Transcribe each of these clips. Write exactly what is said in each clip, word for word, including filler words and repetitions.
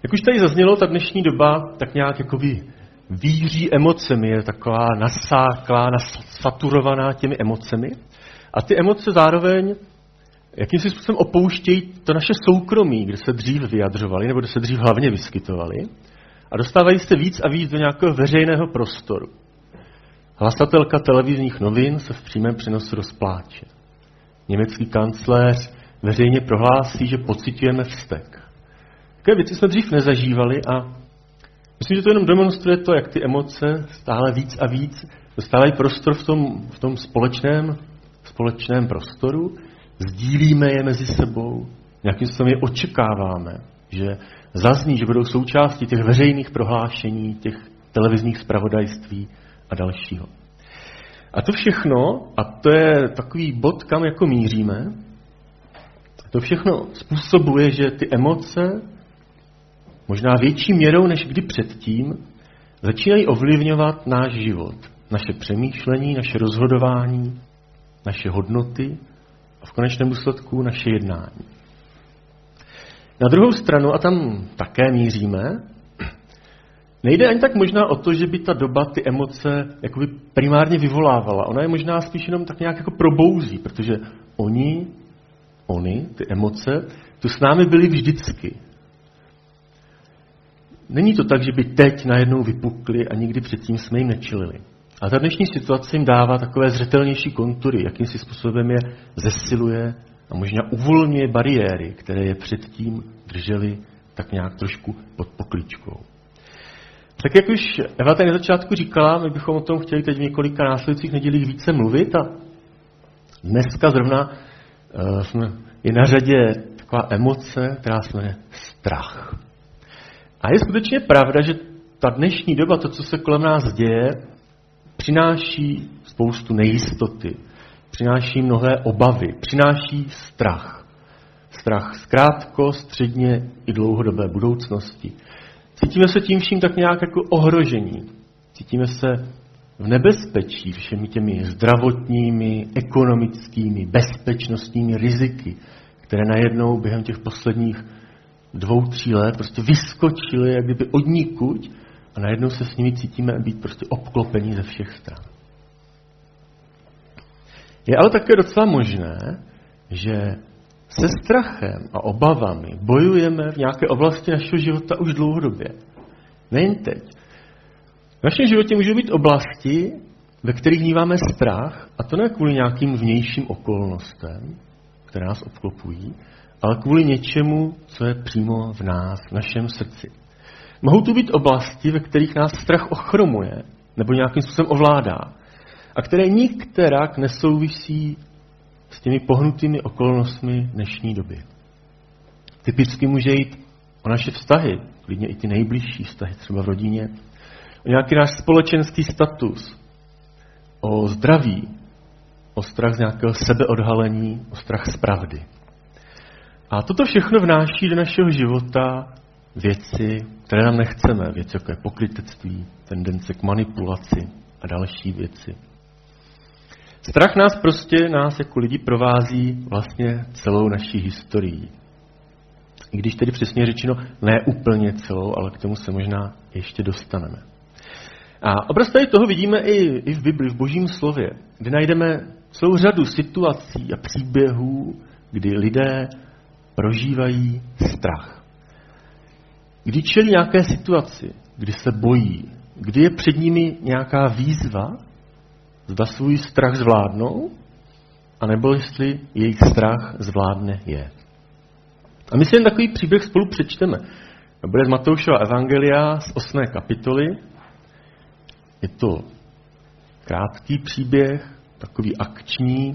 Jak už tady zaznělo, ta dnešní doba tak nějak jakoby víří emocemi, je taková nasáklá, nasaturovaná těmi emocemi. A ty emoce zároveň jakýmsi způsobem opouštějí to naše soukromí, kde se dřív vyjadřovali, nebo kde se dřív hlavně vyskytovali, a dostávají se víc a víc do nějakého veřejného prostoru. Hlasatelka televizních novin se v přímém přenosu rozpláče. Německý kancléř veřejně prohlásí, že pociťujeme vztek. Takové věci jsme dřív nezažívali a myslím, že to jenom demonstruje to, jak ty emoce stále víc a víc dostávají prostor v tom, v tom společném, společném prostoru, sdílíme je mezi sebou, nějakým způsobem je očekáváme, že zazní, že budou součástí těch veřejných prohlášení, těch televizních zpravodajství a dalšího. A to všechno, a to je takový bod, kam jako míříme, to všechno způsobuje, že ty emoce možná větší měrou než kdy předtím začínají ovlivňovat náš život, naše přemýšlení, naše rozhodování, naše hodnoty a v konečném důsledku naše jednání. Na druhou stranu, a tam také míříme, nejde ani tak možná o to, že by ta doba ty emoce jakoby primárně vyvolávala. Ona je možná spíš jenom tak nějak jako probouzí, protože oni, oni, ty emoce, tu s námi byli vždycky. Není to tak, že by teď najednou vypukli a nikdy předtím jsme jim nečelili. A ta dnešní situace jim dává takové zřetelnější kontury, jakýmsi způsobem je zesiluje a možná uvolňuje bariéry, které je předtím držely tak nějak trošku pod pokličkou. Tak jak už Eva tady na začátku říkala, my bychom o tom chtěli teď v několika následujících nedělích více mluvit a dneska zrovna uh, jsme, je na řadě taková emoce, která se jmenuje strach. A je skutečně pravda, že ta dnešní doba, to, co se kolem nás děje, přináší spoustu nejistoty, přináší mnohé obavy, přináší strach. Strach z krátko, středně i dlouhodobé budoucnosti. Cítíme se tím vším tak nějak jako ohrožení. Cítíme se v nebezpečí všemi těmi zdravotními, ekonomickými, bezpečnostními riziky, které najednou během těch posledních dvou, tří let prostě vyskočily, jak kdyby odnikud, a najednou se s nimi cítíme být prostě obklopení ze všech stran. Je ale také docela možné, že se strachem a obavami bojujeme v nějaké oblasti našeho života už dlouhodobě. Nejen teď. V našem životě můžou být oblasti, ve kterých vnímáme strach, a to ne kvůli nějakým vnějším okolnostem, které nás obklopují, ale kvůli něčemu, co je přímo v nás, v našem srdci. Mohou tu být oblasti, ve kterých nás strach ochromuje nebo nějakým způsobem ovládá a které nikterak nesouvisí s těmi pohnutými okolnostmi dnešní doby. Typicky může jít o naše vztahy, klidně i ty nejbližší vztahy, třeba v rodině, o nějaký náš společenský status, o zdraví, o strach z nějakého sebeodhalení, o strach z pravdy. A toto všechno vnáší do našeho života věci, které nám nechceme, věci jako je pokrytectví, tendence k manipulaci a další věci. Strach nás prostě, nás jako lidi provází vlastně celou naší historií. I když tedy přesně řečeno, ne úplně celou, ale k tomu se možná ještě dostaneme. A obraz tady toho vidíme i, i v Bibli, v Božím slově, kde najdeme celou řadu situací a příběhů, kdy lidé prožívají strach. Kdy čelí nějaké situaci, kdy se bojí, kdy je před nimi nějaká výzva, zda svůj strach zvládnou, anebo jestli jejich strach zvládne je. A my si jen takový příběh spolu přečteme. To bude z Matoušova evangelia z osmé kapitoly. Je to krátký příběh, takový akční,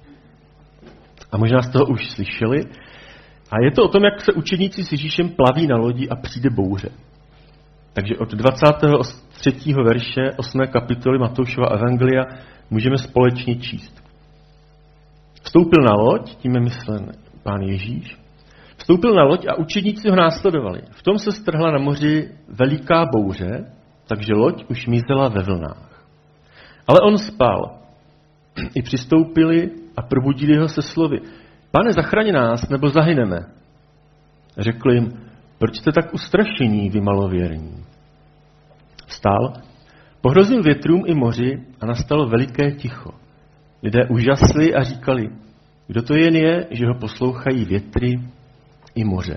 a možná z toho už slyšeli. A je to o tom, jak se učedníci s Ježíšem plaví na lodi a přijde bouře. Takže od dvacátého třetího verše osmé kapitoly Matoušova evangelia můžeme společně číst. Vstoupil na loď, tím je myslen Pán Ježíš, vstoupil na loď a učedníci ho následovali. V tom se strhla na moři veliká bouře, takže loď už mizela ve vlnách. Ale on spal. I přistoupili a probudili ho se slovy: Pane, zachraň nás, nebo zahyneme. Řekl jim: Proč jste tak ustrašení, vy malověrní? Vstál, pohrozil větrům i moři a nastalo veliké ticho. Lidé užasli a říkali, kdo to jen je, že ho poslouchají větry i moře.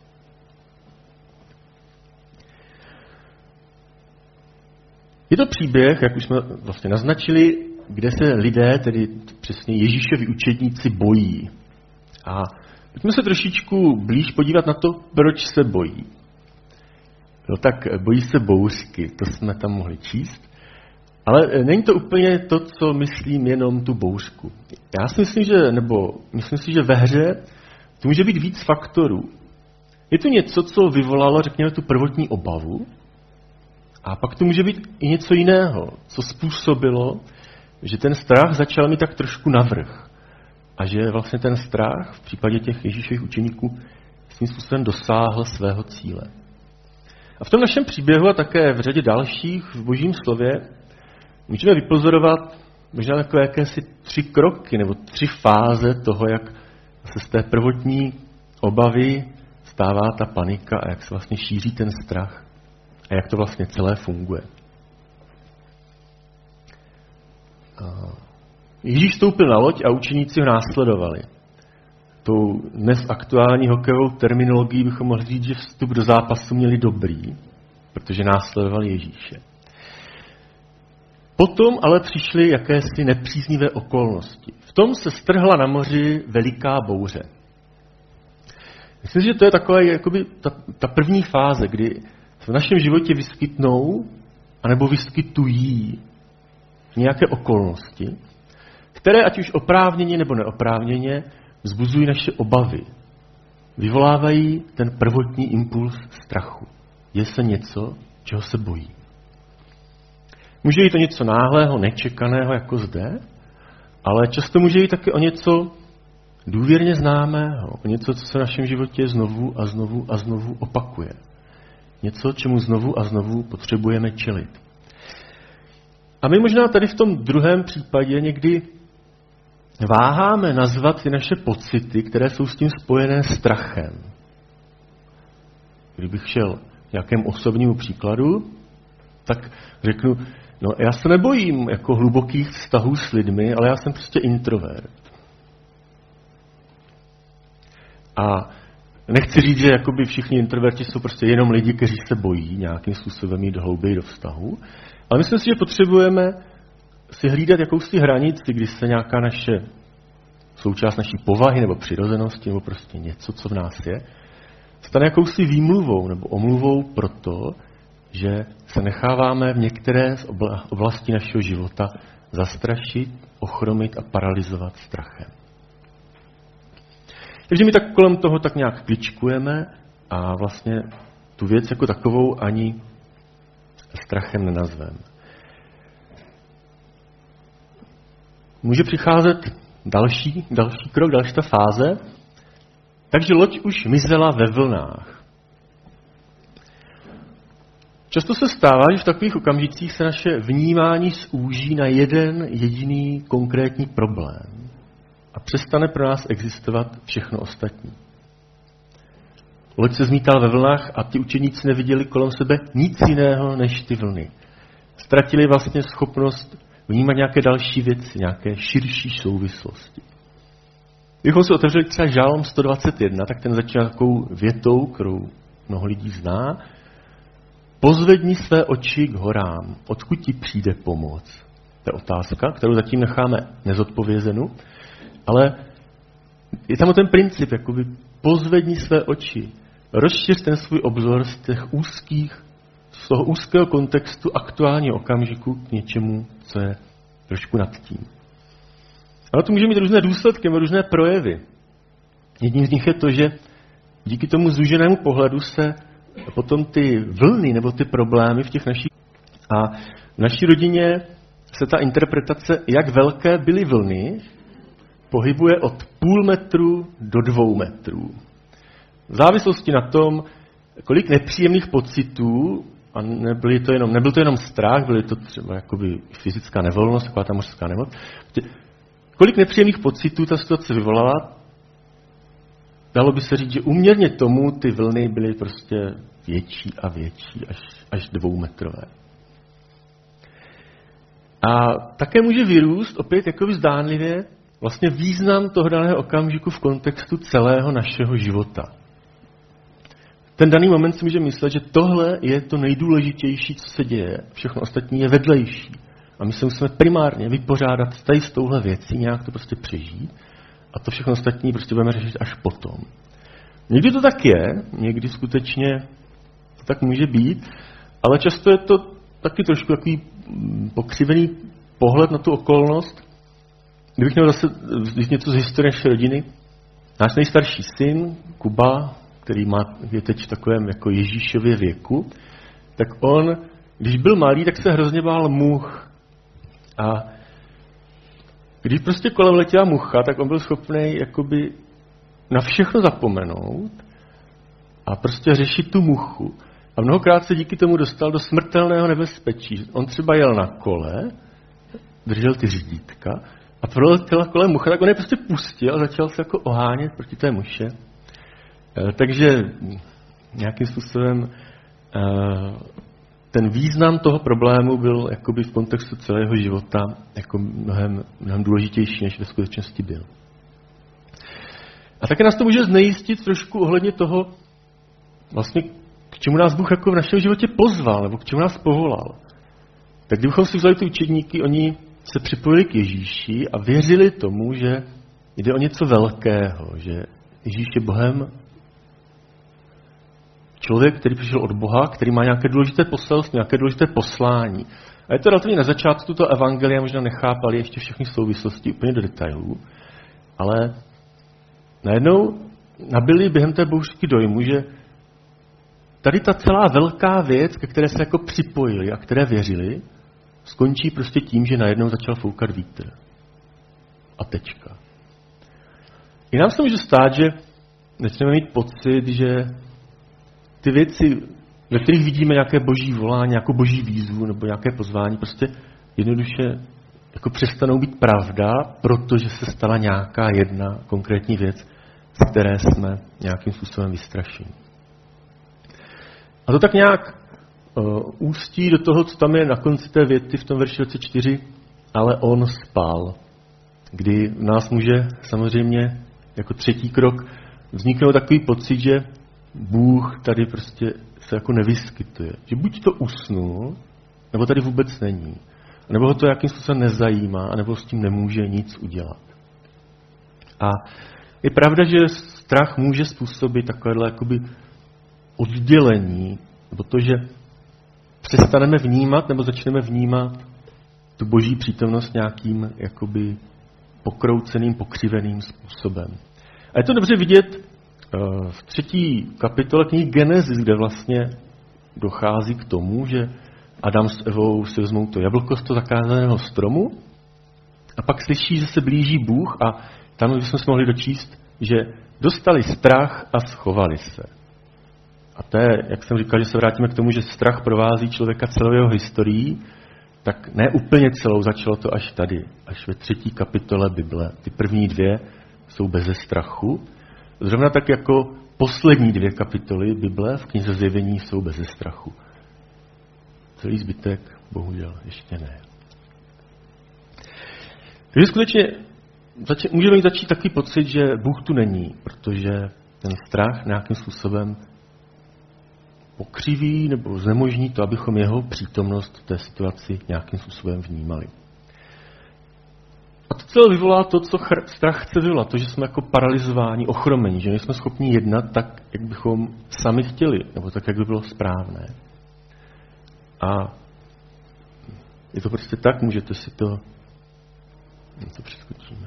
Je to příběh, jak už jsme vlastně naznačili, kde se lidé, tedy přesně Ježíšovi učedníci, bojí. A pojďme se trošičku blíž podívat na to, proč se bojí. No tak bojí se bouřky, to jsme tam mohli číst. Ale není to úplně to, co myslím jenom tu bouřku. Já si myslím, že, nebo myslím si, že ve hře to může být víc faktorů. Je to něco, co vyvolalo, řekněme, tu prvotní obavu, a pak to může být i něco jiného, co způsobilo, že ten strach začal mít tak trošku navrch. A že vlastně ten strach v případě těch Ježíšových učeníků svým způsobem dosáhl svého cíle. A v tom našem příběhu a také v řadě dalších v Božím slově můžeme vypozorovat možná takové jakési tři kroky nebo tři fáze toho, jak se z té prvotní obavy stává ta panika a jak se vlastně šíří ten strach a jak to vlastně celé funguje. Ježíš vstoupil na loď a učeníci ho následovali. Tou dnes aktuální hokejovou terminologií bychom mohli říct, že vstup do zápasu měli dobrý, protože následovali Ježíše. Potom ale přišly jakési nepříznivé okolnosti. V tom se strhla na moři veliká bouře. Myslím, že to je taková jakoby ta, ta první fáze, kdy se v našem životě vyskytnou anebo vyskytují nějaké okolnosti, které ať už oprávněně nebo neoprávněně vzbuzují naše obavy. Vyvolávají ten prvotní impuls strachu. Je se něco, čeho se bojí. Může jít o něco náhlého, nečekaného, jako zde, ale často může jít také o něco důvěrně známého, o něco, co se v našem životě znovu a znovu a znovu opakuje. Něco, čemu znovu a znovu potřebujeme čelit. A my možná tady v tom druhém případě někdy váháme nazvat ty naše pocity, které jsou s tím spojené strachem. Kdybych šel k nějakému osobnímu příkladu, tak řeknu, no já se nebojím jako hlubokých vztahů s lidmi, ale já jsem prostě introvert. A nechci říct, že jakoby všichni introverti jsou prostě jenom lidi, kteří se bojí nějakým způsobem jít hlouběji do vztahu, ale myslím si, že potřebujeme si hlídat jakousi hranici, kdy se nějaká naše součást naší povahy nebo přirozenosti nebo prostě něco, co v nás je, stane jakousi výmluvou nebo omluvou proto, že se necháváme v některé z oblasti našeho života zastrašit, ochromit a paralyzovat strachem. Takže my tak kolem toho tak nějak kličkujeme a vlastně tu věc jako takovou ani strachem nenazveme. Může přicházet další, další krok, další ta fáze. Takže loď už mizela ve vlnách. Často se stává, že v takových okamžicích se naše vnímání zúží na jeden jediný konkrétní problém a přestane pro nás existovat všechno ostatní. Loď se zmítala ve vlnách a ti učeníci neviděli kolem sebe nic jiného než ty vlny. Ztratili vlastně schopnost vnímat nějaké další věci, nějaké širší souvislosti. Kdybychom si otevřeli třeba Žálm sto dvacet jedna, tak ten začíná takovou větou, kterou mnoho lidí zná. Pozvedni své oči k horám, odkud ti přijde pomoc. To je otázka, kterou zatím necháme nezodpovězenou, ale je tam ten princip, jakoby pozvedni své oči, rozšiř ten svůj obzor z těch úzkých, z toho úzkého kontextu aktuálního okamžiku k něčemu, co je trošku nad tím. Ale to může mít různé důsledky, různé projevy. Jedním z nich je to, že díky tomu zúženému pohledu se potom ty vlny nebo ty problémy v těch našich... A v naší rodině se ta interpretace, jak velké byly vlny, pohybuje od půl metru do dvou metrů. V závislosti na tom, kolik nepříjemných pocitů, a nebyly to jenom, nebyl to jenom strach, byly to třeba jakoby fyzická nevolnost, taková ta mořská nemoc, kolik nepříjemných pocitů ta situace vyvolala, dalo by se říct, že úměrně tomu ty vlny byly prostě větší a větší, až, až dvoumetrové. A také může vyrůst opět jakoby zdánlivě vlastně význam toho daného okamžiku v kontextu celého našeho života. Ten daný moment si může myslet, že tohle je to nejdůležitější, co se děje. Všechno ostatní je vedlejší. A my se musíme primárně vypořádat tady s touhle věcí, nějak to prostě přežít. A to všechno ostatní prostě budeme řešit až potom. Někdy to tak je, někdy skutečně to tak může být, ale často je to taky trošku takový pokřivený pohled na tu okolnost. Kdybych měl zase něco z historie naší rodiny, náš nejstarší syn, Kuba, který má, je teď v takovém jako Ježíšově věku, tak on, když byl malý, tak se hrozně bál much. A když prostě kolem letěla mucha, tak on byl schopný jakoby na všechno zapomenout a prostě řešit tu muchu. A mnohokrát se díky tomu dostal do smrtelného nebezpečí. On třeba jel na kole, držel ty řídítka a proletěla kolem mucha, tak on je prostě pustil a začal se jako ohánět proti té muše. E, takže nějakým způsobem e, ten význam toho problému byl jakoby v kontextu celého života jako mnohem, mnohem důležitější, než ve skutečnosti byl. A také nás to může znejistit trošku ohledně toho, vlastně k čemu nás Bůh jako v našem životě pozval, nebo k čemu nás povolal. Tak kdybychom si vzali ty učedníky, oni se připojili k Ježíši a věřili tomu, že jde o něco velkého, že Ježíš je Bohem, člověk, který přišel od Boha, který má nějaké důležité poselství, nějaké důležité poslání. A je to relativně na začátku toho evangelia, možná nechápali ještě všechny souvislosti úplně do detailů, ale najednou nabili během té bouřky dojmu, že tady ta celá velká věc, ke které se jako připojili a které věřili, skončí prostě tím, že najednou začal foukat vítr. A tečka. I nám se může stát, že začneme mít pocit, že ty věci, ve kterých vidíme nějaké boží volání, nějakou boží výzvu nebo nějaké pozvání, prostě jednoduše jako přestanou být pravda, protože se stala nějaká jedna konkrétní věc, z které jsme nějakým způsobem vystrašení. A to tak nějak uh, ústí do toho, co tam je na konci té věty v tom verši dvacet čtyři, ale on spal. Kdy v nás může samozřejmě jako třetí krok vzniknout takový pocit, že Bůh tady prostě se jako nevyskytuje. Že buď to usnul, nebo tady vůbec není. Nebo ho to jakým způsobem nezajímá, nebo s tím nemůže nic udělat. A je pravda, že strach může způsobit takovéhle jakoby oddělení, nebo to, že přestaneme vnímat, nebo začneme vnímat tu boží přítomnost nějakým jakoby pokrouceným, pokřiveným způsobem. A je to dobře vidět v třetí kapitole knihy Genesis, kde vlastně dochází k tomu, že Adam s Evou si vezmou to jablko z toho zakázaného stromu a pak slyší, že se blíží Bůh a tam bychom se mohli dočíst, že dostali strach a schovali se. A to je, jak jsem říkal, že se vrátíme k tomu, že strach provází člověka celou jeho historií, tak ne úplně celou, začalo to až tady, až ve třetí kapitole Bible. Ty první dvě jsou beze strachu. Zrovna tak jako poslední dvě kapitoly Bible v knize Zjevení jsou beze strachu. Celý zbytek, bohužel, ještě ne. Takže skutečně zač- můžeme mít začít takový pocit, že Bůh tu není, protože ten strach nějakým způsobem pokřiví nebo znemožní to, abychom jeho přítomnost v té situaci nějakým způsobem vnímali. A to celé vyvolá to, co chr- strach chce vyvolat, to, že jsme jako paralizováni, ochromení, že nejsme schopni jednat tak, jak bychom sami chtěli, nebo tak, jak by bylo správné. A je to prostě tak, můžete si to... to přeskočíme.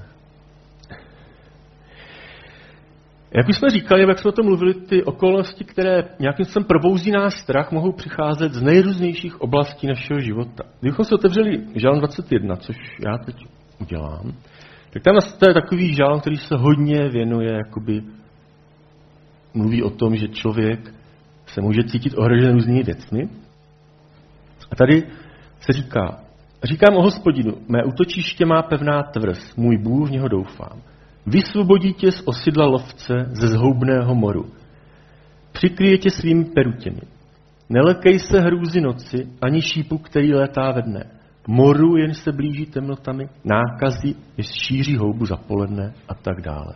Jak už jsme říkali, jak jsme o tom mluvili, ty okolnosti, které nějakým způsobem probouzí náš strach, mohou přicházet z nejrůznějších oblastí našeho života. Kdybychom se otevřeli žálm dvacet jedna, což já teď udělám, tak tam je takový žálm, který se hodně věnuje, jakoby mluví o tom, že člověk se může cítit ohrožen různými věcmi. A tady se říká, říkám o Hospodinu, mé útočiště má pevná tvrz, můj Bůh, v něho doufám. Vysvobodí tě z osidla lovce, ze zhoubného moru. Přikryje tě svými perutěmi. Nelekej se hrůzy noci, ani šípu, který létá ve dne. Moru, jen se blíží temnotami, nákazy, jež šíří houbu za poledne a tak dále.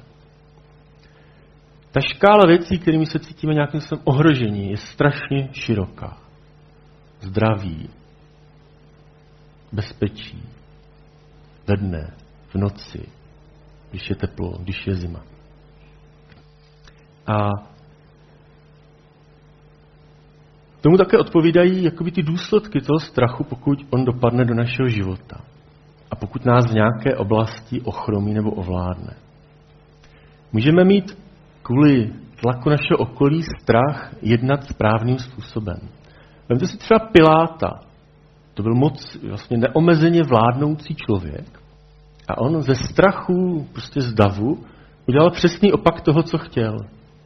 Ta škála věcí, kterými se cítíme nějakým způsobem ohrožení, je strašně široká. Zdraví, bezpečí, ve dne, v noci, když je teplo, když je zima. A tomu také odpovídají jakoby ty důsledky toho strachu, pokud on dopadne do našeho života. A pokud nás v nějaké oblasti ochromí nebo ovládne. Můžeme mít kvůli tlaku našeho okolí strach jednat správným způsobem. Vemte si třeba Piláta. To byl moc vlastně neomezeně vládnoucí člověk. A on ze strachu, prostě z davu, udělal přesný opak toho, co chtěl.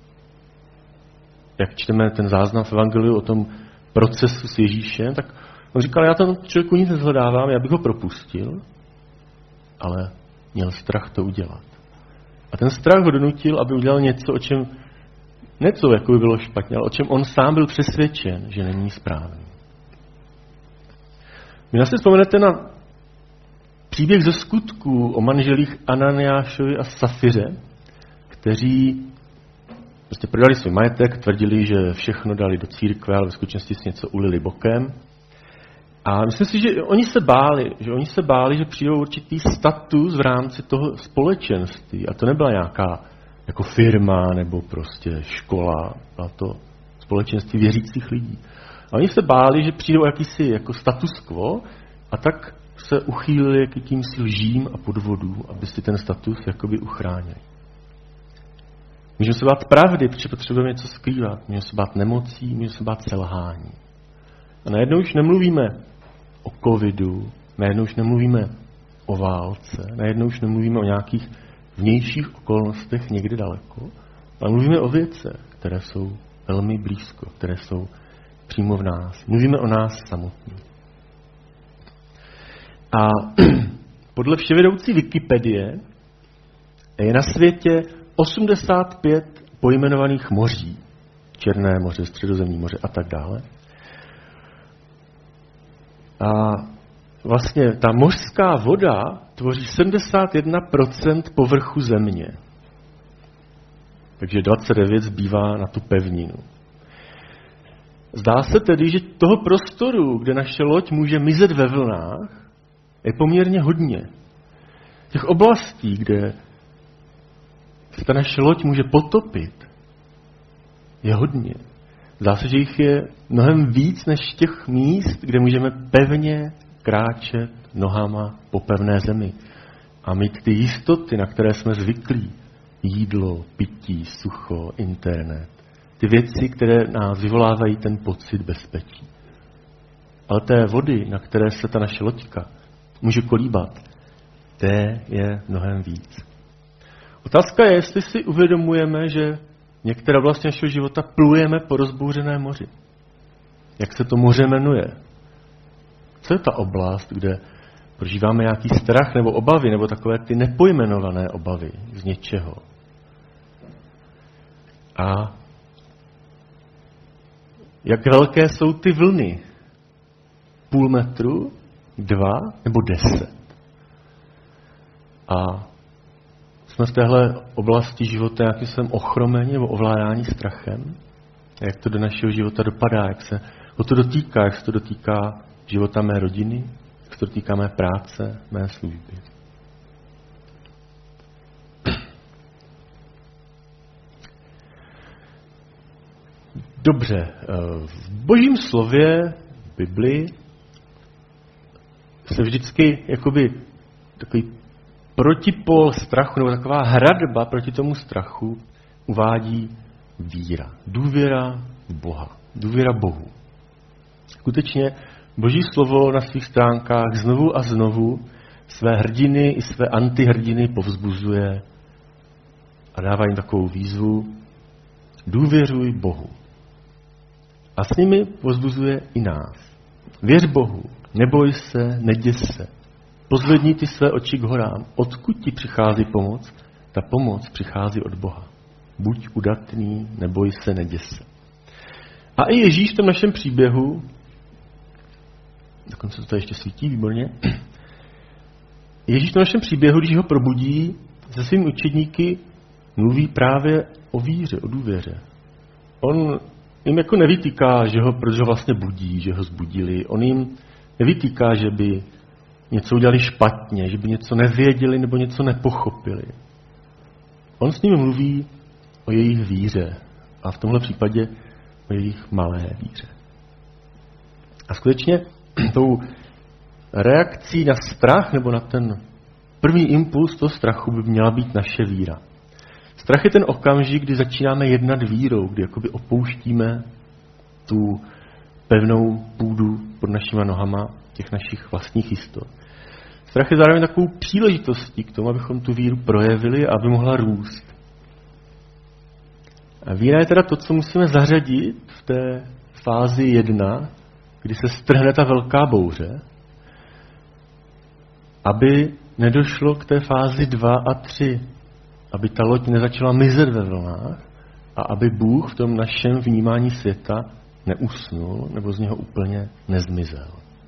Jak čteme ten záznam v Evangeliu o tom procesu s Ježíšem, tak on říkal, já tam člověku nic nezhledávám, já bych ho propustil, ale měl strach to udělat. A ten strach ho donutil, aby udělal něco, o čem, něco jako by bylo špatně, ale o čem on sám byl přesvědčen, že není správný. Vy si vzpomenete na příběh ze skutků o manželích Ananiášovi a Safiře, kteří prostě prodali svůj majetek, tvrdili, že všechno dali do církve, ale ve skutečnosti si něco ulili bokem. A myslím si, že oni se báli, že oni se báli, že přijdou určitý status v rámci toho společenství. A to nebyla nějaká jako firma nebo prostě škola, byla to společenství věřících lidí. A oni se báli, že přijdou jakýsi jako status quo a tak se uchýlili k jakýmsi lžím a podvodům, aby si ten status jakoby uchránili. Můžeme se bát pravdy, protože potřebujeme něco skrývat. Můžeme se bát nemocí, můžeme se bát selhání. A najednou už nemluvíme o covidu, najednou už nemluvíme o válce, najednou už nemluvíme o nějakých vnějších okolnostech někde daleko, ale mluvíme o věcech, které jsou velmi blízko, které jsou přímo v nás. Mluvíme o nás samotných. A podle vševědoucí Wikipedie je na světě osmdesát pět pojmenovaných moří. Černé moře, Středozemní moře a tak dále. A vlastně ta mořská voda tvoří sedmdesát jedna procent povrchu země. Takže dvacet devět zbývá na tu pevninu. Zdá se tedy, že toho prostoru, kde naše loď může mizet ve vlnách, je poměrně hodně. Těch oblastí, kde se ta naše loď může potopit, je hodně. Zdá se, že jich je mnohem víc než těch míst, kde můžeme pevně kráčet nohama po pevné zemi a mít ty jistoty, na které jsme zvyklí. Jídlo, pití, sucho, internet. Ty věci, které nás vyvolávají ten pocit bezpečí. Ale té vody, na které se ta naše loďka může kolíbat, té je mnohem víc. Otázka je, jestli si uvědomujeme, že některé oblasti našeho života plujeme po rozbouřené moři. Jak se to moře jmenuje? Co je ta oblast, kde prožíváme nějaký strach nebo obavy, nebo takové ty nepojmenované obavy z něčeho? A jak velké jsou ty vlny? Půl metru, dva nebo deset? A jsme v téhle oblasti života nějakým způsobem ochromeni nebo ovládání strachem? A jak to do našeho života dopadá? Jak se o to dotýká? Jak se to dotýká života mé rodiny? Jak se to dotýká mé práce, mé služby? Dobře, v Božím slově, v Biblii, se vždycky jakoby takový protipol strachu, nebo taková hradba proti tomu strachu uvádí víra. Důvěra v Boha. Důvěra Bohu. Skutečně Boží slovo na svých stránkách znovu a znovu své hrdiny i své antihrdiny povzbuzuje a dává jim takovou výzvu: důvěřuj Bohu. A s nimi povzbuzuje i nás. Věř Bohu, neboj se, neděs se. Pozvedni ty své oči k horám. Odkud ti přichází pomoc? Ta pomoc přichází od Boha. Buď udatný, neboj se, neděs se. A i Ježíš v tom našem příběhu, dokonce to tady ještě svítí, výborně, Ježíš v tom našem příběhu, když ho probudí, se svými učedníky mluví právě o víře, o důvěře. On jim jako nevytýká, že ho, protože ho vlastně budí, že ho zbudili. On jim nevytýká, že by něco udělali špatně, že by něco nevěděli nebo něco nepochopili. On s nimi mluví o jejich víře a v tomhle případě o jejich malé víře. A skutečně tou reakcí na strach nebo na ten první impuls toho strachu by měla být naše víra. Strach je ten okamžik, kdy začínáme jednat vírou, kdy jakoby opouštíme tu pevnou půdu pod našima nohama těch našich vlastních jistot. Strach je zároveň takovou příležitostí k tomu, abychom tu víru projevili a aby mohla růst. A víra je teda to, co musíme zařadit v té fázi jedna, kdy se strhne ta velká bouře, aby nedošlo k té fázi dva a tři, aby ta loď nezačala mizet ve vlnách a aby Bůh v tom našem vnímání světa neusnul nebo z něho úplně nezmizel.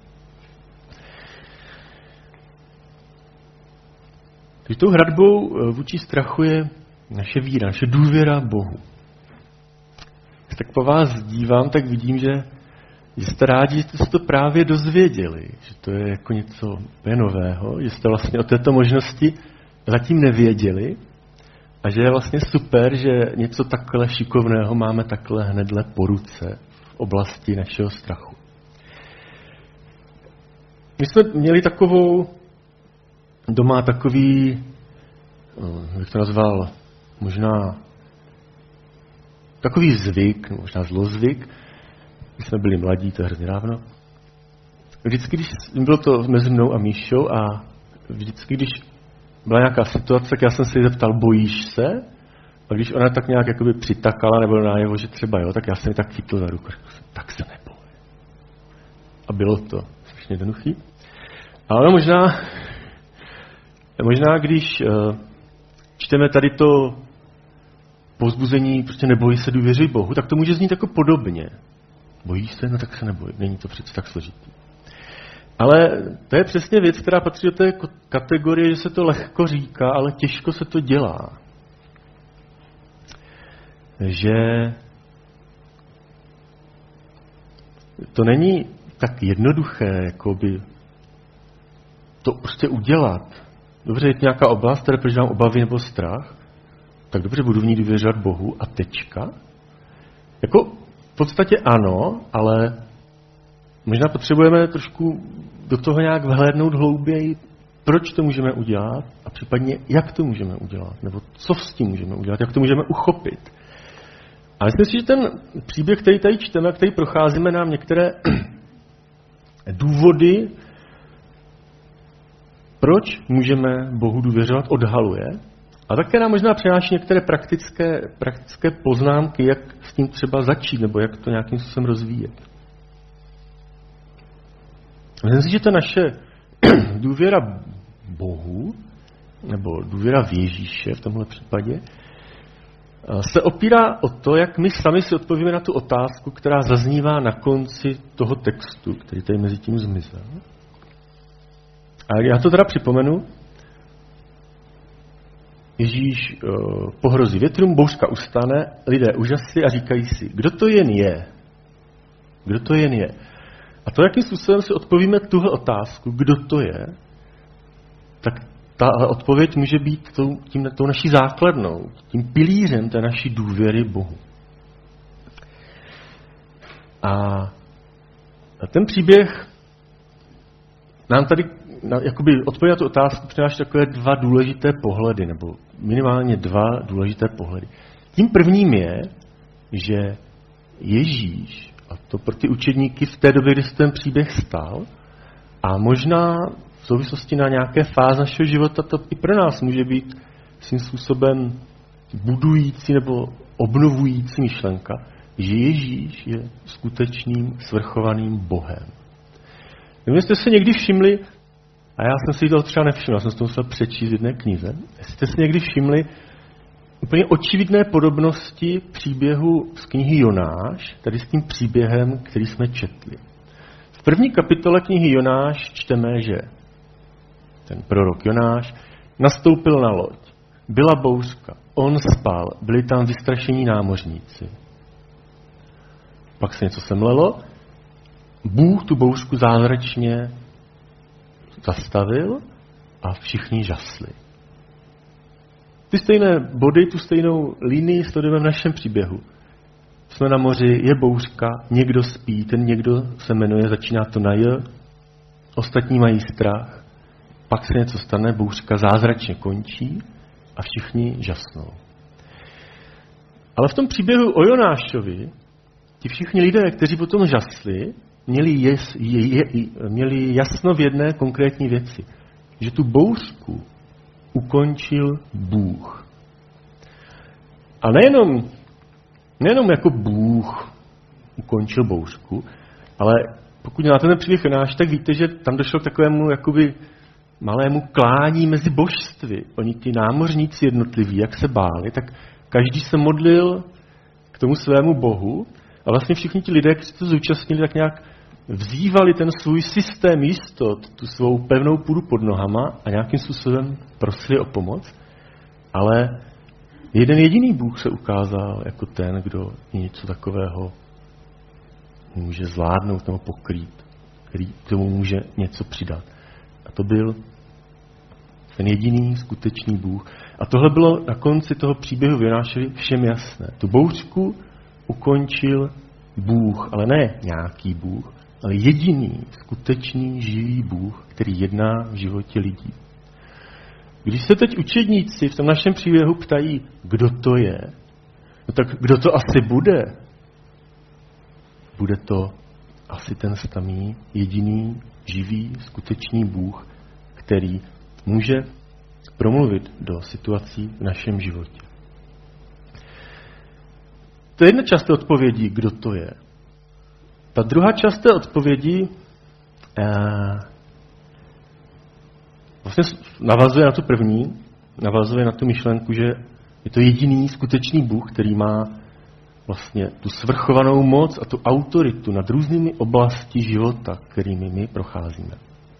Takže tou hradbou vůči strachu je naše víra, naše důvěra Bohu. Když tak po vás dívám, tak vidím, že jste rádi, že jste se to právě dozvěděli, že to je jako něco nového, že jste vlastně o této možnosti zatím nevěděli a že je vlastně super, že něco takhle šikovného máme takhle hnedle po ruce v oblasti našeho strachu. My jsme měli takovou doma takový, jak to nazval, možná takový zvyk, možná zlozvyk, když jsme byli mladí, to je hrozně dávno. Vždycky, když bylo to mezi mnou a Míšou a vždycky, když byla nějaká situace, tak já jsem se jí zeptal, bojíš se? A když ona tak nějak jakoby přitakala nebo najevo, že třeba jo, tak já jsem ji tak chytl za ruku. Tak se neboj. A bylo to strašně jednoduchý. A ono možná, možná když uh, čteme tady to povzbuzení, prostě neboj se, důvěřuj Bohu, tak to může znít jako podobně. Bojíš se? No tak se neboj. Není to přece tak složitý. Ale to je přesně věc, která patří do té kategorie, že se to lehko říká, ale těžko se to dělá. Že to není tak jednoduché, jakoby to prostě udělat. Dobře, je to nějaká oblast, které prožívám obavy nebo strach, tak dobře, budu v ní důvěřovat Bohu a tečka. Jako v podstatě ano, ale možná potřebujeme trošku do toho nějak vhlédnout hlouběji, proč to můžeme udělat a případně jak to můžeme udělat, nebo co s tím můžeme udělat, jak to můžeme uchopit. A myslím si, že ten příběh, který tady čteme, který procházíme, nám některé důvody, proč můžeme Bohu důvěřovat, odhaluje. A také nám možná přináší některé praktické, praktické poznámky, jak s tím třeba začít, nebo jak to nějakým způsobem rozvíjet. Myslím si, že ta naše důvěra Bohu, nebo důvěra v Ježíše v tomhle případě, se opírá o to, jak my sami si odpovíme na tu otázku, která zaznívá na konci toho textu, který tady mezi tím zmizel. A já to teda připomenu. Ježíš uh, pohrozí větrům, bouřka ustane, lidé úžasli a říkají si, kdo to jen je? Kdo to jen je? A to, jakým způsobem si odpovíme tuhle otázku, kdo to je, tak ta odpověď může být tou, tím, tou naší základnou, tím pilířem té naší důvěry Bohu. A ten příběh nám tady na, jakoby odpověď na tu otázku přináší takové dva důležité pohledy, nebo minimálně dva důležité pohledy. Tím prvním je, že Ježíš, a to pro ty učedníky v té době, kdy se ten příběh stal, a možná v souvislosti na nějaké fáze našeho života, to i pro nás může být svým způsobem budující nebo obnovující myšlenka, že Ježíš je skutečným svrchovaným Bohem. Nevím, jestli jste se někdy všimli, A já jsem si toho třeba nevšiml, já jsem si to musel přečíst v jedné knize. Jestli jste si někdy všimli úplně očividné podobnosti příběhu z knihy Jonáš, tady s tím příběhem, který jsme četli. V první kapitole knihy Jonáš čteme, že ten prorok Jonáš nastoupil na loď. Byla bouřka, on spal, byli tam vystrašení námořníci. Pak se něco semlelo, Bůh tu bouřku zázračně zastavil a všichni žasli. Ty stejné body, tu stejnou linii sledujeme v našem příběhu. Jsme na moři, je bouřka, někdo spí, ten někdo se jmenuje, začíná to na J, ostatní mají strach, pak se něco stane, bouřka zázračně končí a všichni žasnou. Ale v tom příběhu o Jonášovi ti všichni lidé, kteří potom žasli, měli, jes, je, je, měli jasno v jedné konkrétní věci. Že tu bouřku ukončil Bůh. A nejenom, nejenom jako Bůh ukončil bouřku, ale pokud máte ten příběh Jonáš, tak víte, že tam došlo k takovému jakoby malému klání mezi božstvy. Oni ti námořníci jednotliví, jak se báli, tak každý se modlil k tomu svému bohu a vlastně všichni ti lidé, kteří to zúčastnili, tak nějak vzývali ten svůj systém jistot, tu svou pevnou půdu pod nohama a nějakým způsobem prosili o pomoc. Ale jeden jediný Bůh se ukázal jako ten, kdo něco takového může zvládnout nebo pokrýt, který k tomu může něco přidat. A to byl ten jediný skutečný Bůh. A tohle bylo na konci toho příběhu v Jonášovi všem jasné. Tu bouřku ukončil Bůh, ale ne nějaký Bůh, ale jediný, skutečný, živý Bůh, který jedná v životě lidí. Když se teď učedníci v tom našem příběhu ptají, kdo to je, no tak kdo to asi bude? Bude to asi ten samý, jediný, živý, skutečný Bůh, který může promluvit do situací v našem životě. To je jedna část té odpovědi, kdo to je. Ta druhá část té odpovědi eh, vlastně navazuje na tu první, navazuje na tu myšlenku, že je to jediný skutečný Bůh, který má vlastně tu svrchovanou moc a tu autoritu nad různými oblasti života, kterými my procházíme.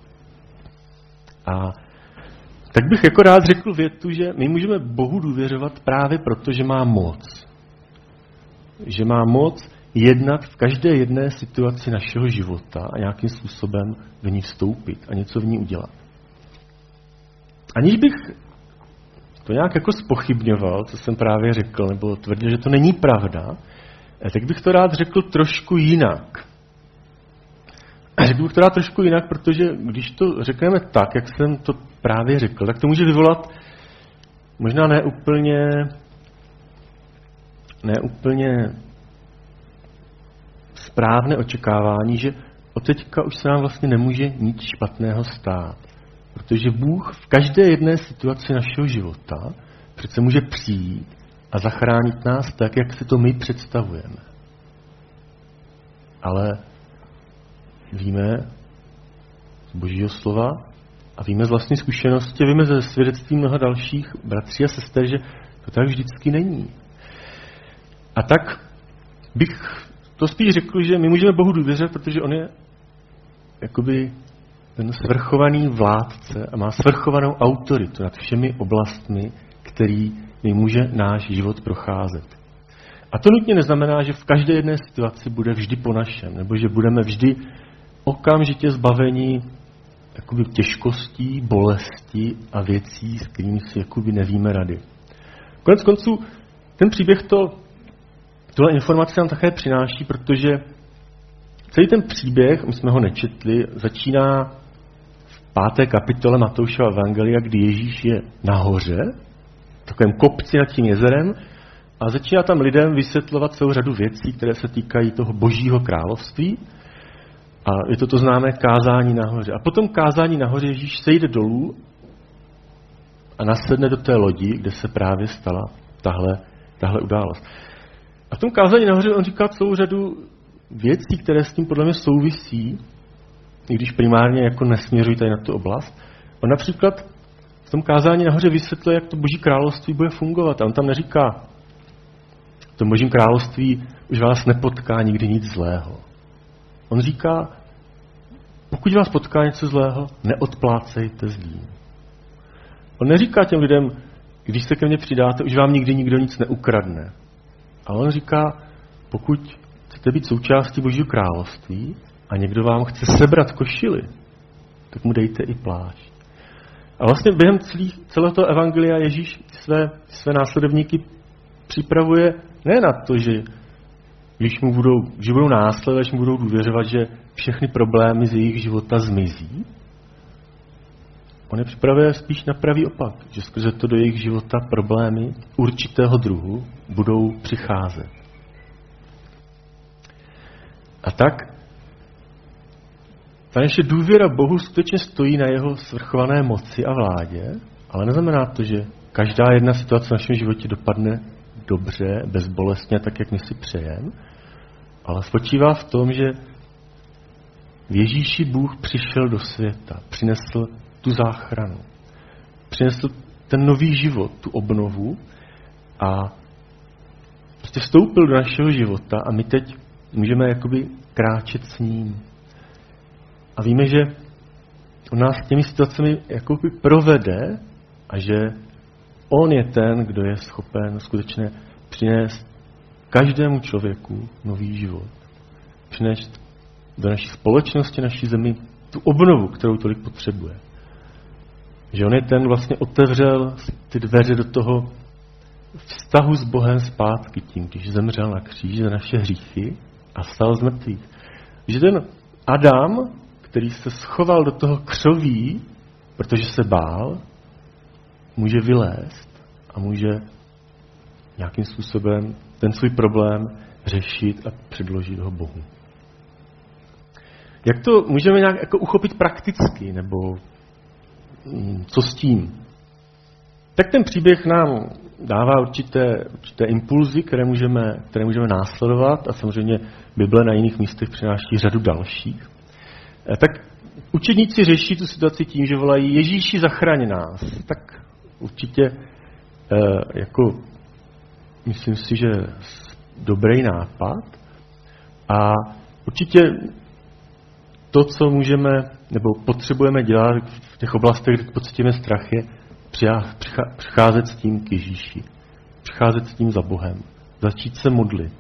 A tak bych jako rád řekl větu, že my můžeme Bohu důvěřovat právě proto, že má moc. Že má moc jednat v každé jedné situaci našeho života a nějakým způsobem v ní vstoupit a něco v ní udělat. Aniž bych to nějak jako zpochybňoval, co jsem právě řekl, nebo tvrdil, že to není pravda, tak bych to rád řekl trošku jinak. Řekl bych to rád trošku jinak, protože když to řekneme tak, jak jsem to právě řekl, tak to může vyvolat možná neúplně neúplně správné očekávání, že od teďka už se nám vlastně nemůže nic špatného stát. Protože Bůh v každé jedné situaci našeho života přece může přijít a zachránit nás tak, jak si to my představujeme. Ale víme z Božího slova a víme z vlastní zkušenosti, víme ze svědectví mnoha dalších bratří a sester, že to tak vždycky není. A tak bych to spíš řekl, že my můžeme Bohu důvěřovat, protože on je jakoby ten svrchovaný vládce a má svrchovanou autoritu nad všemi oblastmi, kterými může náš život procházet. A to nutně neznamená, že v každé jedné situaci bude vždy po našem, nebo že budeme vždy okamžitě zbaveni jakoby těžkostí, bolestí a věcí, s kterými si jakoby nevíme rady. Konec konců, ten příběh to, tohle informace nám také přináší, protože celý ten příběh, my jsme ho nečetli, začíná v páté kapitole Matoušova evangelia, kdy Ježíš je nahoře, v takovém kopci nad tím jezerem, a začíná tam lidem vysvětlovat celou řadu věcí, které se týkají toho Božího království. A je to to známé kázání nahoře. A potom kázání nahoře Ježíš sejde dolů a nasedne do té lodi, kde se právě stala tahle, tahle událost. A v tom kázání nahoře on říká celou řadu věcí, které s tím podle mě souvisí. i když primárně jako nesměřují tady na tu oblast. On například v tom kázání nahoře vysvětluje, jak to Boží království bude fungovat. A on tam neříká, v tom Božím království už vás nepotká nikdy nic zlého. On říká, pokud vás potká něco zlého, neodplácejte zlým. On neříká těm lidem, když se ke mně přidáte, už vám nikdy nikdo nic neukradne. Ale on říká, pokud chcete být součástí Božího království a někdo vám chce sebrat košili, tak mu dejte i plášť. A vlastně během celý, celého toho evangelia Ježíš své, své následovníky připravuje ne na to, že když mu budou, že budou následovat, že mu budou důvěřovat, že všechny problémy z jejich života zmizí. On je připravuje spíš na pravý opak, že skrze to do jejich života problémy určitého druhu budou přicházet. A tak ta naše důvěra Bohu skutečně stojí na jeho svrchované moci a vládě, ale neznamená to, že každá jedna situace v našem životě dopadne dobře, bezbolestně, tak, jak my si přejeme, ale spočívá v tom, že v Ježíši Bůh přišel do světa, přinesl tu záchranu, přinesl ten nový život, tu obnovu a prostě vstoupil do našeho života a my teď můžeme jakoby kráčet s ním. A víme, že on nás těmi situacemi jakoby provede a že on je ten, kdo je schopen skutečně přinést každému člověku nový život. Přinést do naší společnosti, naší zemi tu obnovu, kterou tolik potřebuje. Že on je ten, vlastně otevřel ty dveře do toho vztahu s Bohem zpátky tím, když zemřel na kříži za naše hříchy a vstal z mrtvých. Že ten Adam, který se schoval do toho křoví, protože se bál, může vylézt a může nějakým způsobem ten svůj problém řešit a předložit ho Bohu. Jak to můžeme nějak jako uchopit prakticky, nebo co s tím? Tak ten příběh nám dává určité, určité impulzy, které můžeme, které můžeme následovat a samozřejmě Bible na jiných místech přináší řadu dalších. Tak učedníci řeší tu situaci tím, že volají Ježíši, zachraň nás. Tak určitě jako myslím si, že dobrý nápad a určitě to, co můžeme nebo potřebujeme dělat v těch oblastech, kde pocítíme strach, je přicházet s tím k Ježíši. Přicházet s tím za Bohem. Začít se modlit.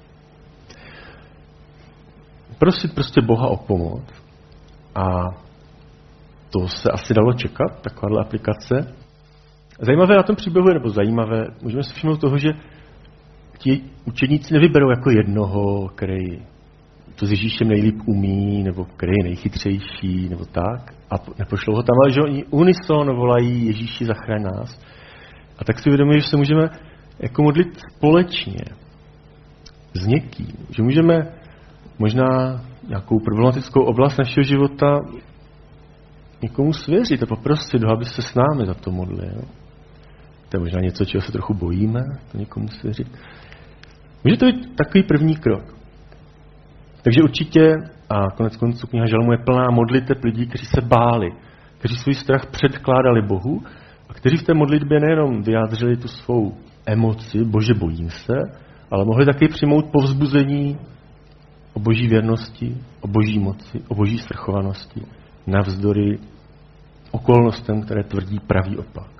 Prosit prostě Boha o pomoc. A to se asi dalo čekat, takováhle aplikace. Zajímavé na tom příběhu, nebo zajímavé, můžeme si všimnout toho, že ti učedníci nevyberou jako jednoho, který to s Ježíšem nejlíp umí, nebo který je nejchytřejší, nebo tak, a nepošlou ho tam, ale že oni unison volají Ježíši, zachraň nás. A tak si uvědomuji, že se můžeme jako modlit společně s někým, že můžeme možná nějakou problematickou oblast našeho života někomu svěřit a poprosit ho, aby se s námi za to modlil. To je možná něco, čeho se trochu bojíme, to někomu svěřit. Může to být takový první krok. Takže určitě, a konec konců kniha Žalmů je plná modliteb lidí, kteří se báli, kteří svůj strach předkládali Bohu a kteří v té modlitbě nejenom vyjádřili tu svou emoci, Bože, bojím se, ale mohli taky přijmout povzbuzení o Boží věrnosti, o Boží moci, o Boží svrchovanosti, navzdory okolnostem, které tvrdí pravý opak.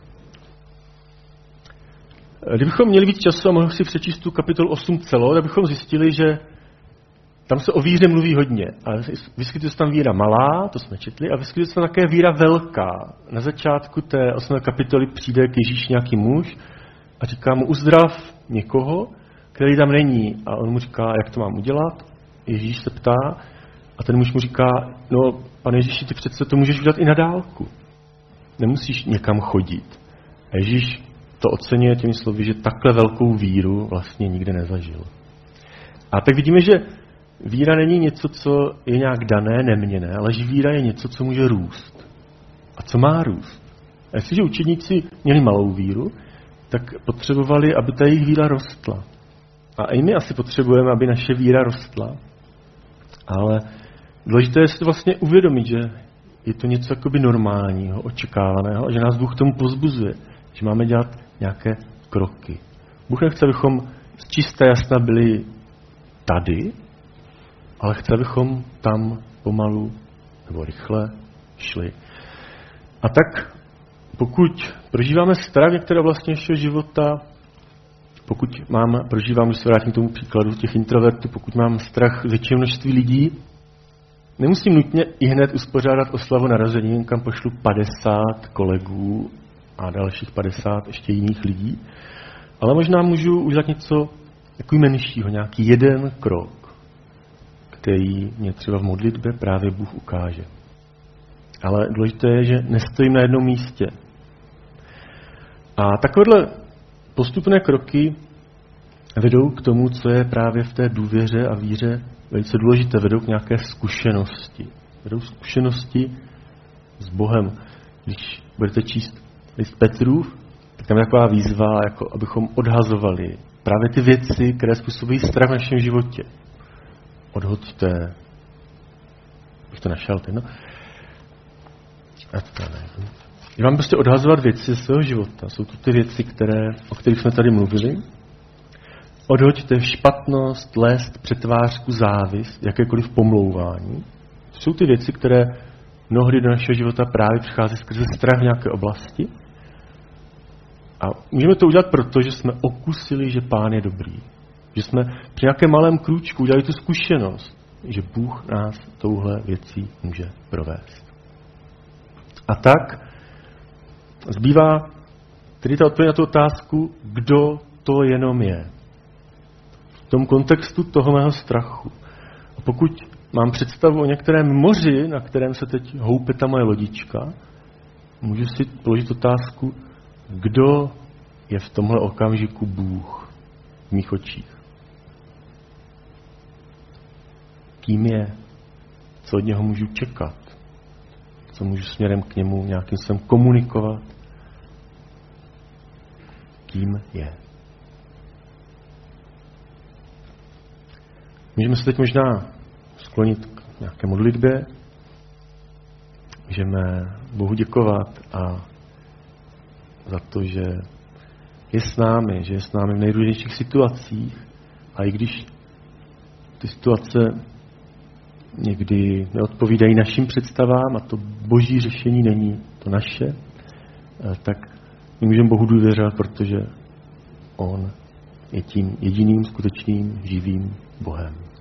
Kdybychom měli víc času a mohli si přečíst tu kapitolu osm celou, tak bychom zjistili, že tam se o víře mluví hodně. A vyskytuje se tam víra malá, to jsme četli, a vyskytuje se tam také víra velká. Na začátku té osmé kapitoly přijde k Ježíši nějaký muž a říká mu, uzdrav někoho, který tam není. A on mu říká, jak to mám udělat? Ježíš se ptá a ten muž mu říká, no, pane Ježíši, ty přece to můžeš udělat i na dálku. Nemusíš někam chodit. A Ježíš to oceňuje těmi slovy, že takhle velkou víru vlastně nikde nezažil. A tak vidíme, že víra není něco, co je nějak dané, neměnné, ale že víra je něco, co může růst. A co má růst? A jestliže učedníci měli malou víru, tak potřebovali, aby ta jejich víra rostla. A i my asi potřebujeme, aby naše víra rostla. Ale důležité je si to vlastně uvědomit, že je to něco jakoby normálního, očekávaného a že nás Bůh k tomu pozbuzuje, že máme dělat nějaké kroky. Bůh nechce, abychom z čista jasna byli tady, ale chce, abychom tam pomalu nebo rychle šli. A tak pokud prožíváme strach některé oblasti našeho života, pokud mám, prožívám, když se vrátím k tomu příkladu těch introvertů, pokud mám strach z většího množství lidí, nemusím nutně i hned uspořádat oslavu narozenin, kam pošlu padesát kolegů a dalších padesát ještě jiných lidí, ale možná můžu udělat něco takový menšího, nějaký jeden krok, který mě třeba v modlitbě právě Bůh ukáže. Ale důležité je, že nestojím na jednom místě. A takovéhle postupné kroky vedou k tomu, co je právě v té důvěře a víře velice důležité, vedou k nějaké zkušenosti. Vedou zkušenosti s Bohem. Když budete číst list Petrův, tak tam je taková výzva, jako abychom odhazovali právě ty věci, které způsobují strach v našem životě. Odhoďte. Bych to našel, ty, no. A to ne. Je vám prostě odhazovat věci ze svého života. Jsou to ty věci, které, o kterých jsme tady mluvili. Odhoďte špatnost, lest, přetvářku, závist, jakékoliv pomlouvání. To jsou ty věci, které mnohdy do našeho života právě přichází skrze strach v nějaké oblasti. A můžeme to udělat proto, že jsme okusili, že Pán je dobrý. Že jsme při nějakém malém krůčku udělali tu zkušenost, že Bůh nás touhle věcí může provést. A tak zbývá tedy ta odpověď na tu otázku, kdo to jenom je. V tom kontextu toho mého strachu. A pokud mám představu o některém moři, na kterém se teď houpe ta moje lodička, můžu si položit otázku, kdo je v tomhle okamžiku Bůh v mých očích. Kým je? Co od něho můžu čekat? Co můžu směrem k němu nějakým způsobem komunikovat? Kým je? Můžeme se teď možná sklonit k nějaké modlitbě. Můžeme Bohu děkovat a za to, že je s námi, že je s námi v nejrůznějších situacích. A i když ty situace někdy neodpovídají našim představám a to boží řešení není to naše, tak my můžeme Bohu důvěřovat, protože on je tím jediným skutečným živým Bohem.